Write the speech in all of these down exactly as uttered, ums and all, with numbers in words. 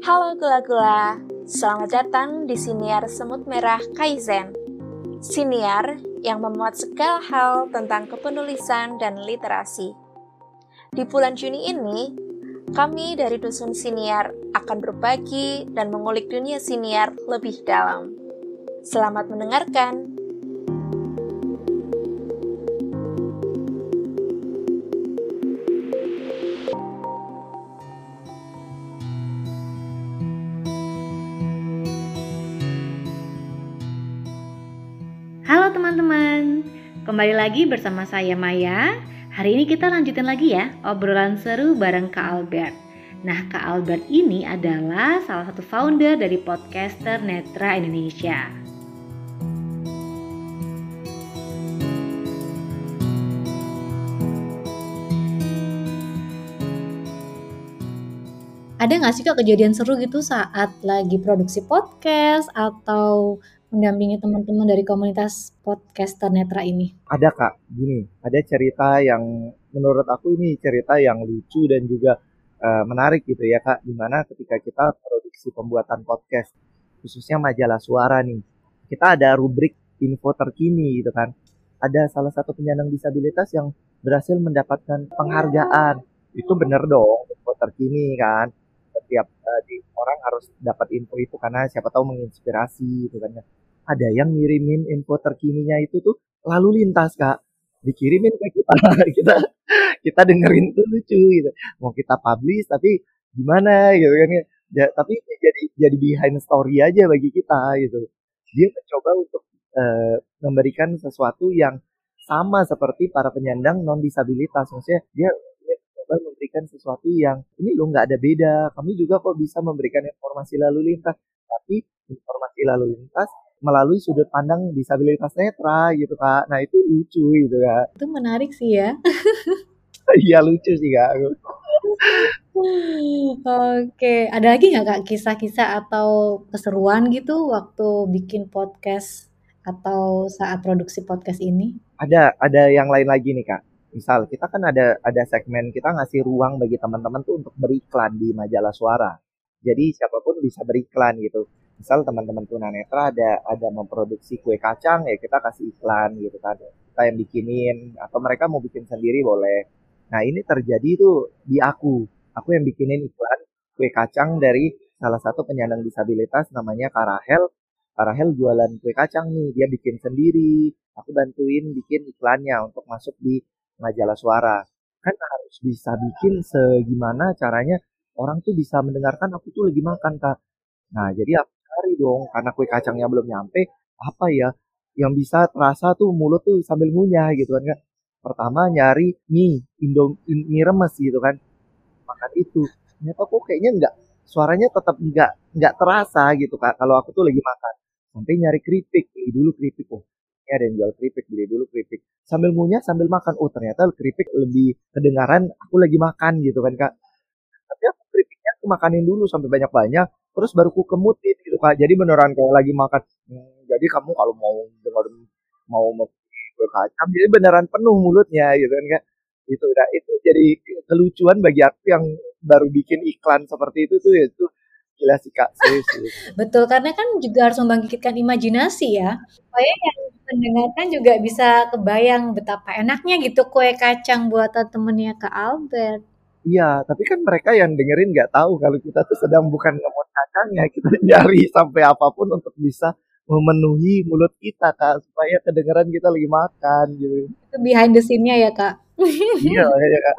Halo gula-gula, selamat datang di Siniar Semut Merah Kaizen. Siniar yang memuat segala hal tentang kepenulisan dan literasi. Di bulan Juni ini, kami dari Dusun Siniar akan berbagi dan mengulik dunia siniar lebih dalam. Selamat mendengarkan. Halo teman-teman, kembali lagi bersama saya Maya. Hari ini kita lanjutin lagi ya obrolan seru bareng Kak Albert. Nah, Kak Albert ini adalah salah satu founder dari podcaster Netra Indonesia. Ada nggak sih Kak kejadian seru gitu saat lagi produksi podcast atau mendampingi teman-teman dari komunitas podcaster Netra ini? Ada Kak, gini, ada cerita yang menurut aku ini cerita yang lucu dan juga uh, menarik gitu ya Kak, dimana ketika kita produksi pembuatan podcast, khususnya majalah suara nih, kita ada rubrik info terkini gitu kan, ada salah satu penyandang disabilitas yang berhasil mendapatkan penghargaan, itu bener dong, info terkini kan, setiap uh, di, orang harus dapat info itu karena siapa tahu menginspirasi gitu kan ya. Ada yang ngirimin info terkininya itu tuh lalu lintas Kak, dikirimin ke kita kita kita dengerin tuh lucu gitu, mau kita publish tapi gimana gitu kan ya, ja, tapi jadi jadi behind story aja bagi kita gitu. Dia mencoba untuk uh, memberikan sesuatu yang sama seperti para penyandang non disabilitas, maksudnya dia, dia mencoba memberikan sesuatu yang ini loh nggak ada beda, kami juga kok bisa memberikan informasi lalu lintas, tapi informasi lalu lintas melalui sudut pandang disabilitas netra gitu Kak. Nah itu lucu gitu Kak. Itu menarik sih ya. Iya lucu sih Kak. Oke, ada lagi nggak Kak kisah-kisah atau keseruan gitu waktu bikin podcast atau saat produksi podcast ini? Ada ada yang lain lagi nih Kak. Misal kita kan ada ada segmen kita ngasih ruang bagi teman-teman tuh untuk beriklan di majalah suara. Jadi siapapun bisa beriklan gitu. Misal teman-teman tunanetra ada ada memproduksi kue kacang ya kita kasih iklan gitu kan. Kita yang bikinin atau mereka mau bikin sendiri boleh. Nah ini terjadi tuh di aku. Aku yang bikinin iklan kue kacang dari salah satu penyandang disabilitas namanya Karahel. Karahel jualan kue kacang nih, dia bikin sendiri. Aku bantuin bikin iklannya untuk masuk di majalah suara. Kan harus bisa bikin segimana caranya orang tuh bisa mendengarkan aku tuh lagi makan Kak. Nah, jadi aku cari dong, karena kue kacangnya belum nyampe, apa ya yang bisa terasa tuh mulut tuh sambil ngunyah gitu kan Kak. Pertama nyari mie, Indo, mie remes gitu kan. Makan itu. Ternyata kok kayaknya enggak, suaranya tetap enggak enggak terasa gitu Kak kalau aku tuh lagi makan. Sampai nyari keripik, beli dulu keripik. Oh, ini ada yang jual keripik, beli dulu keripik. Sambil ngunyah sambil makan. Oh, ternyata keripik lebih kedengaran aku lagi makan gitu kan Kak. Tapi aku keripiknya aku makanin dulu sampai banyak-banyak, terus baru ku kemutin gitu Kak. Jadi beneran kayak lagi makan. Hmm, jadi kamu kalau mau dengar mau mau kue kacang, jadi beneran penuh mulutnya gitu kan Kak. Itu udah itu jadi kelucuan bagi aku yang baru bikin iklan seperti itu tuh ya itu gila sih Kak, serius sih. Betul, karena kan juga harus membangkitkan imajinasi ya, supaya yang mendengarkan juga bisa kebayang betapa enaknya gitu kue kacang buatan temennya Kak Albert. Iya, tapi kan mereka yang dengerin nggak tahu kalau kita tuh sedang bukan ngemot kacangnya, kita nyari sampai apapun untuk bisa memenuhi mulut kita Kak, supaya kedengeran kita lagi makan gitu. Itu behind the scene-nya ya Kak. Iya makanya Kak.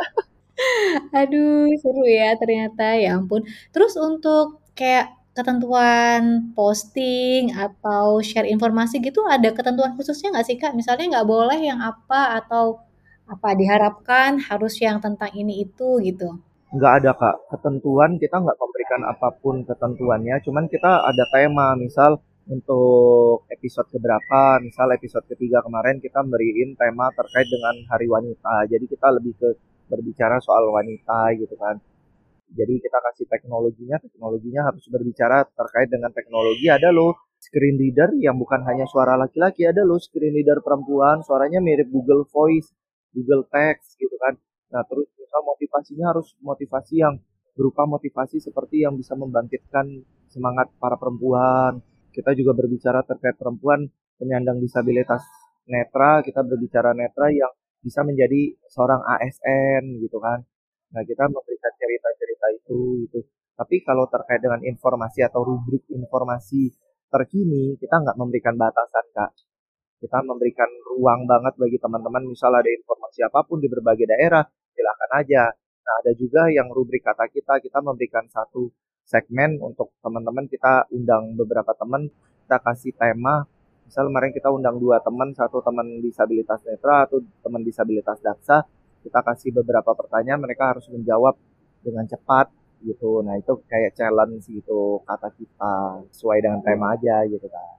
Aduh, seru ya ternyata, ya ampun. Terus untuk kayak ketentuan posting atau share informasi gitu ada ketentuan khususnya nggak sih Kak? Misalnya nggak boleh yang apa atau apa diharapkan harus yang tentang ini itu gitu. Nggak ada Kak, ketentuan kita nggak memberikan apapun ketentuannya, cuman kita ada tema, misal untuk episode keberapa, misal episode ketiga kemarin kita beriin tema terkait dengan Hari Wanita, jadi kita lebih ke berbicara soal wanita gitu kan. Jadi kita kasih teknologinya, teknologinya harus berbicara terkait dengan teknologi. Ada loh screen reader yang bukan hanya suara laki-laki, ada loh screen reader perempuan, suaranya mirip Google Voice, Google Text gitu kan. Nah terus misal motivasinya harus motivasi yang berupa motivasi seperti yang bisa membangkitkan semangat para perempuan. Kita juga berbicara terkait perempuan penyandang disabilitas netra, kita berbicara netra yang bisa menjadi seorang A S N gitu kan. Nah, kita memberikan cerita-cerita itu gitu. Tapi kalau terkait dengan informasi atau rubrik informasi terkini, kita nggak memberikan batasan, Kak. Kita memberikan ruang banget bagi teman-teman, misal ada informasi apapun di berbagai daerah, silakan aja. Nah, ada juga yang rubrik kata kita, kita memberikan satu segmen untuk teman-teman, kita undang beberapa teman, kita kasih tema. Misal kemarin kita undang dua teman, satu teman disabilitas netra, atau teman disabilitas daksa. Kita kasih beberapa pertanyaan, mereka harus menjawab dengan cepat gitu. Nah, itu kayak challenge gitu kata kita, sesuai dengan tema aja gitu kan.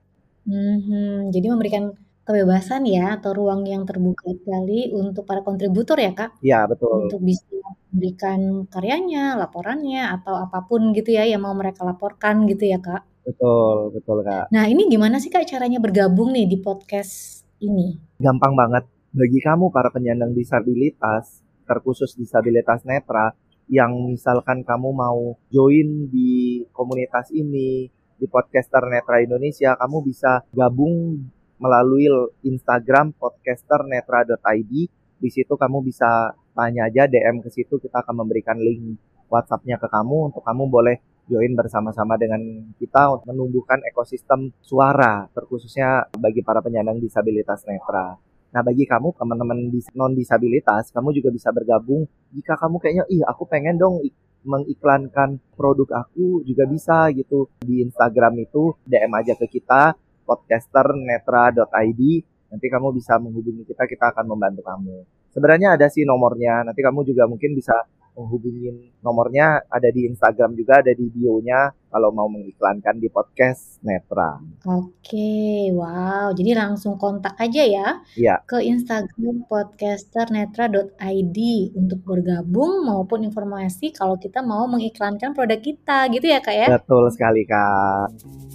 Mhm, jadi memberikan kebebasan ya atau ruang yang terbuka sekali untuk para kontributor ya, Kak? Iya, betul. Untuk bisa memberikan karyanya, laporannya, atau apapun gitu ya yang mau mereka laporkan gitu ya, Kak? Betul, betul, Kak. Nah, ini gimana sih, Kak, caranya bergabung nih di podcast ini? Gampang banget. Bagi kamu para penyandang disabilitas, terkhusus disabilitas netra, yang misalkan kamu mau join di komunitas ini, di Podcaster Netra Indonesia, kamu bisa gabung melalui Instagram podcaster netra dot i d. Di situ kamu bisa tanya aja, D M ke situ, kita akan memberikan link WhatsApp-nya ke kamu untuk kamu boleh join bersama-sama dengan kita untuk menumbuhkan ekosistem suara, terkhususnya bagi para penyandang disabilitas netra. Nah, bagi kamu teman-teman non-disabilitas, kamu juga bisa bergabung jika kamu kayaknya, ih aku pengen dong mengiklankan produk aku, juga bisa gitu. Di Instagram itu D M aja ke kita, podcaster netra dot i d. Nanti kamu bisa menghubungi kita, kita akan membantu kamu. Sebenarnya ada sih nomornya, nanti kamu juga mungkin bisa menghubungin nomornya, ada di Instagram juga, ada di bio-nya kalau mau mengiklankan di podcast Netra. Oke, wow. Jadi langsung kontak aja ya Iya. ke Instagram podcaster netra dot i d untuk bergabung maupun informasi kalau kita mau mengiklankan produk kita, gitu ya, Kak ya? Betul sekali, Kak.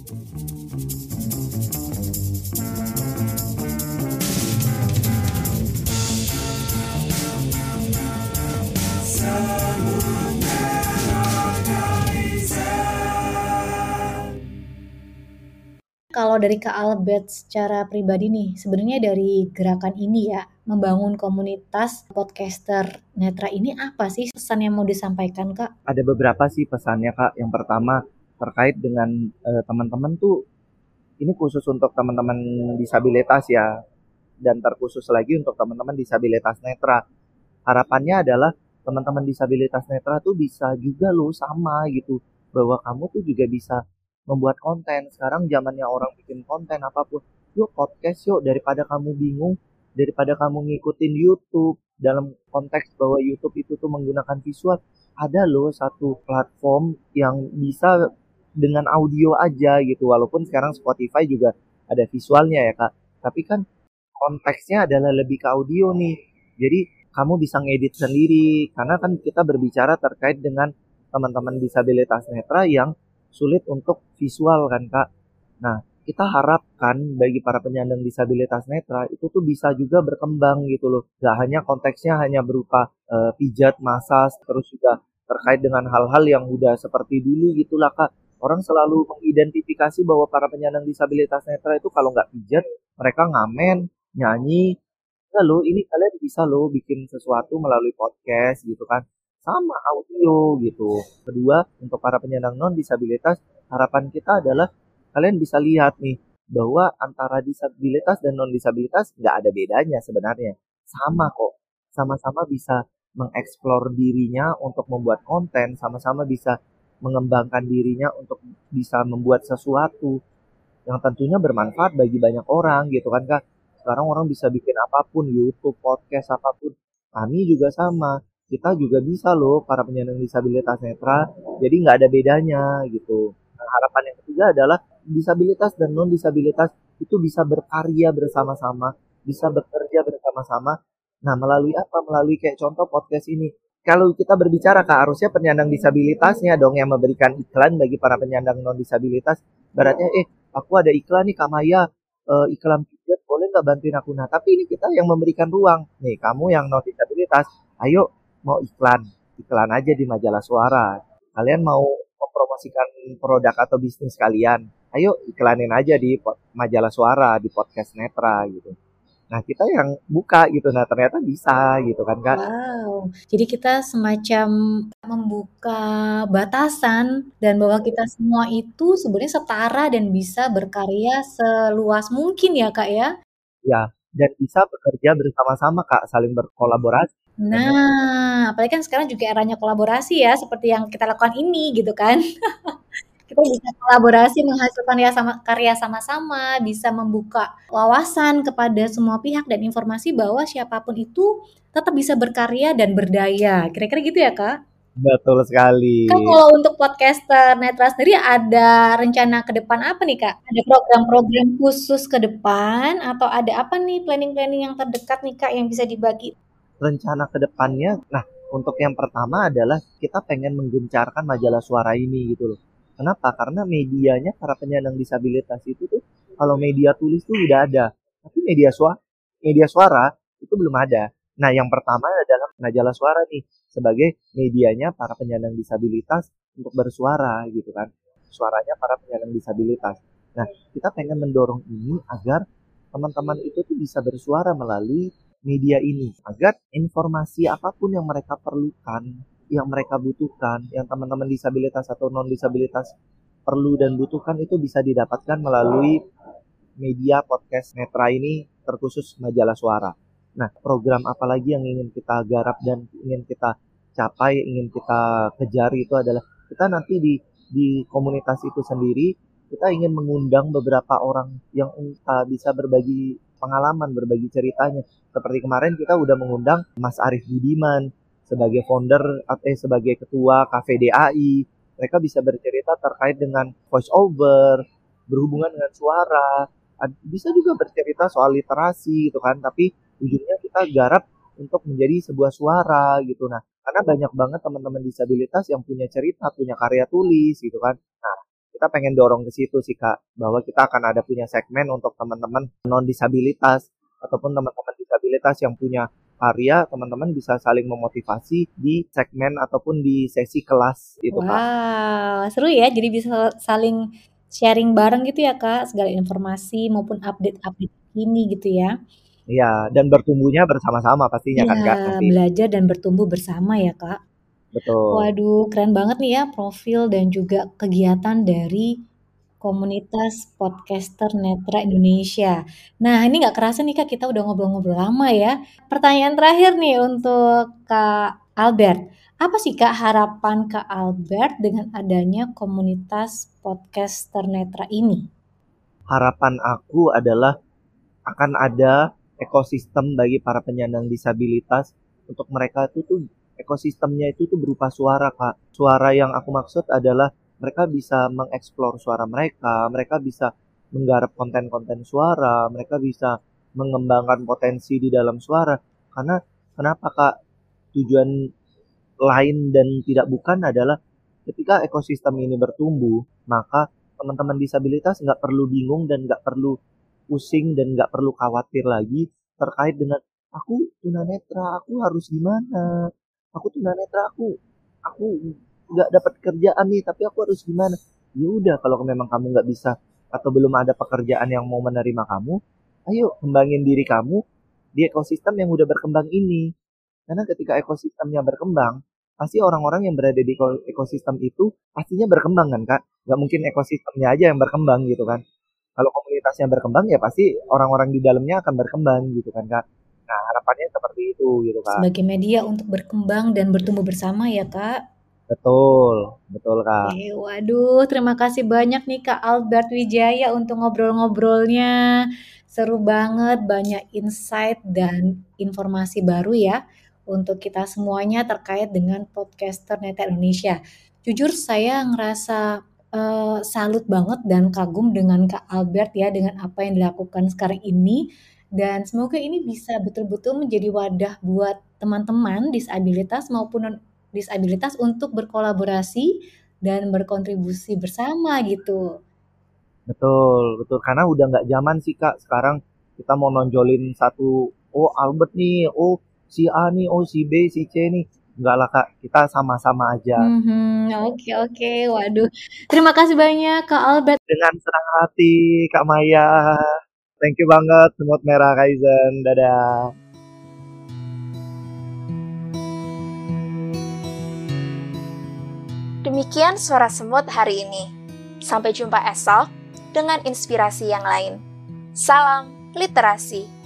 Kalau dari Kak Albert secara pribadi nih, sebenarnya dari gerakan ini ya, membangun komunitas podcaster netra ini apa sih pesan yang mau disampaikan, Kak? Ada beberapa sih pesannya, Kak. Yang pertama terkait dengan uh, teman-teman tuh, ini khusus untuk teman-teman disabilitas ya, dan terkhusus lagi untuk teman-teman disabilitas netra. Harapannya adalah teman-teman disabilitas netra tuh bisa juga loh sama gitu, bahwa kamu tuh juga bisa membuat konten. Sekarang zamannya orang bikin konten apapun, yuk podcast yuk, daripada kamu bingung, daripada kamu ngikutin YouTube dalam konteks bahwa YouTube itu tuh menggunakan visual. Ada loh satu platform yang bisa dengan audio aja gitu, walaupun sekarang Spotify juga ada visualnya ya, Kak. Tapi kan konteksnya adalah lebih ke audio nih. Jadi kamu bisa ngedit sendiri, karena kan kita berbicara terkait dengan teman-teman disabilitas netra yang sulit untuk visual kan, Kak. Nah, kita harapkan bagi para penyandang disabilitas netra itu tuh bisa juga berkembang gitu loh. Gak hanya konteksnya hanya berupa uh, pijat, masas, terus juga terkait dengan hal-hal yang udah seperti dulu gitulah, Kak. Orang selalu mengidentifikasi bahwa para penyandang disabilitas netra itu kalau nggak pijat, mereka ngamen, nyanyi. Ya loh, ini kalian bisa loh bikin sesuatu melalui podcast gitu kan. Sama audio gitu. Kedua, untuk para penyandang non-disabilitas, harapan kita adalah kalian bisa lihat nih, bahwa antara disabilitas dan non-disabilitas nggak ada bedanya sebenarnya. Sama kok. Sama-sama bisa mengeksplor dirinya untuk membuat konten, sama-sama bisa mengembangkan dirinya untuk bisa membuat sesuatu yang tentunya bermanfaat bagi banyak orang gitu kan, Kak. Sekarang orang bisa bikin apapun, YouTube, podcast, apapun. Kami juga sama. Kita juga bisa loh, para penyandang disabilitas netra. Jadi nggak ada bedanya gitu. Nah, harapan yang ketiga adalah disabilitas dan non-disabilitas itu bisa berkarya bersama-sama, bisa bekerja bersama-sama. Nah, melalui apa? Melalui kayak contoh podcast ini. Kalau kita berbicara, Kak, harusnya penyandang disabilitasnya dong yang memberikan iklan bagi para penyandang non-disabilitas. Baratnya, eh, aku ada iklan nih, Kak Maya. Uh, iklan pijat, boleh nggak bantuin aku? Nah, tapi ini kita yang memberikan ruang. Nih, kamu yang non-disabilitas, ayo mau iklan. Iklan aja di majalah Suara. kalian mau mempromosikan produk atau bisnis kalian, ayo iklanin aja di pod- majalah suara, di podcast Netra gitu. Nah, kita yang buka gitu. Nah, ternyata bisa gitu kan, Kak. Wow, jadi kita semacam membuka batasan dan bahwa kita semua itu sebenarnya setara dan bisa berkarya seluas mungkin ya Kak ya. Ya, dan bisa bekerja bersama-sama, Kak, saling berkolaborasi. Karena Nah, apalagi kan sekarang juga eranya kolaborasi ya, seperti yang kita lakukan ini gitu kan. Kita bisa kolaborasi menghasilkan ya sama karya sama-sama, bisa membuka wawasan kepada semua pihak dan informasi bahwa siapapun itu tetap bisa berkarya dan berdaya. Kira-kira gitu ya, Kak? betul sekali. Kak, kalau untuk podcaster Netra sendiri ada rencana ke depan apa nih, Kak? Ada program-program khusus ke depan atau ada apa nih planning-planning yang terdekat nih, Kak, yang bisa dibagi? Rencana ke depannya, nah, untuk yang pertama adalah kita pengen menggencarkan majalah suara ini gitu loh. Kenapa? Karena medianya para penyandang disabilitas itu tuh kalau media tulis tuh udah ada, tapi media suara media suara itu belum ada. Nah, yang pertama adalah majalah suara nih sebagai medianya para penyandang disabilitas untuk bersuara gitu kan. Suaranya para penyandang disabilitas. Nah, kita pengen mendorong ini agar teman-teman itu tuh bisa bersuara melalui media ini agar informasi apapun yang mereka perlukan, yang mereka butuhkan, yang teman-teman disabilitas atau non disabilitas perlu dan butuhkan itu bisa didapatkan melalui media podcast Netra ini terkhusus majalah suara. Nah, program apa lagi yang ingin kita garap dan ingin kita capai, ingin kita kejar itu adalah kita nanti di di komunitas itu sendiri kita ingin mengundang beberapa orang yang uh, bisa berbagi pengalaman, berbagi ceritanya. Seperti kemarin kita udah mengundang Mas Arif Budiman sebagai founder atau eh, sebagai ketua K V D A I. Mereka bisa bercerita terkait dengan voice over, berhubungan dengan suara. Bisa juga bercerita soal literasi gitu kan, tapi ujungnya kita garap untuk menjadi sebuah suara gitu. Nah, karena banyak banget teman-teman disabilitas yang punya cerita, punya karya tulis gitu kan. Nah, kita pengen dorong ke situ sih Kak, bahwa kita akan ada punya segmen untuk teman-teman non disabilitas ataupun teman-teman disabilitas yang punya karya, teman-teman bisa saling memotivasi di segmen ataupun di sesi kelas itu Kak. Wow, seru ya. Jadi bisa saling sharing bareng gitu ya, Kak, segala informasi maupun update-update ini gitu ya. Iya, dan bertumbuhnya bersama-sama pastinya kan Kak Iya, nanti. belajar dan bertumbuh bersama ya, Kak. Betul. Waduh, keren banget nih ya profil dan juga kegiatan dari komunitas podcaster Netra Indonesia. Nah, ini nggak kerasa nih Kak, kita udah ngobrol-ngobrol lama ya. Pertanyaan terakhir nih untuk Kak Albert. Apa sih Kak harapan Kak Albert dengan adanya komunitas podcaster Netra ini? Harapan aku adalah akan ada ekosistem bagi para penyandang disabilitas untuk mereka itu tuh ekosistemnya itu tuh berupa suara Kak. Suara yang aku maksud adalah mereka bisa mengeksplor suara mereka, mereka bisa menggarap konten-konten suara, mereka bisa mengembangkan potensi di dalam suara. Karena kenapa Kak? Tujuan lain dan tidak bukan adalah ketika ekosistem ini bertumbuh, maka teman-teman disabilitas nggak perlu bingung dan nggak perlu pusing dan nggak perlu khawatir lagi terkait dengan aku tunanetra, aku harus gimana? Aku tunanetra, aku aku nggak dapat kerjaan nih, tapi aku harus gimana? Ya udah, kalau memang kamu nggak bisa atau belum ada pekerjaan yang mau menerima kamu, ayo kembangin diri kamu di ekosistem yang udah berkembang ini. Karena ketika ekosistemnya berkembang, pasti orang-orang yang berada di ekosistem itu pastinya berkembang kan Kak? Nggak mungkin ekosistemnya aja yang berkembang gitu kan? Kalau komunitasnya berkembang ya pasti orang-orang di dalamnya akan berkembang gitu kan Kak. Nah harapannya seperti itu gitu Kak. Sebagai media untuk berkembang dan bertumbuh bersama ya Kak. Betul, betul Kak. Oke, waduh, terima kasih banyak nih Kak Albert Wijaya untuk ngobrol-ngobrolnya. Seru banget, banyak insight dan informasi baru ya untuk kita semuanya terkait dengan podcaster Netra Indonesia. Jujur saya ngerasa uh, salut banget dan kagum dengan Kak Albert ya dengan apa yang dilakukan sekarang ini. Dan semoga ini bisa betul-betul menjadi wadah buat teman-teman disabilitas maupun non disabilitas untuk berkolaborasi dan berkontribusi bersama gitu. Betul, betul. Karena udah nggak zaman sih Kak. Sekarang kita mau nonjolin satu, oh Albert nih, oh si A nih, oh si B, si C nih. Enggak lah Kak, kita sama-sama aja. Mhm, oke oke. Waduh, terima kasih banyak Kak Albert. Dengan senang hati Kak Maya. Thank you banget Semut Merah Kaizen. Dadah. Demikian Suara Semut hari ini. Sampai jumpa esok dengan inspirasi yang lain. Salam literasi.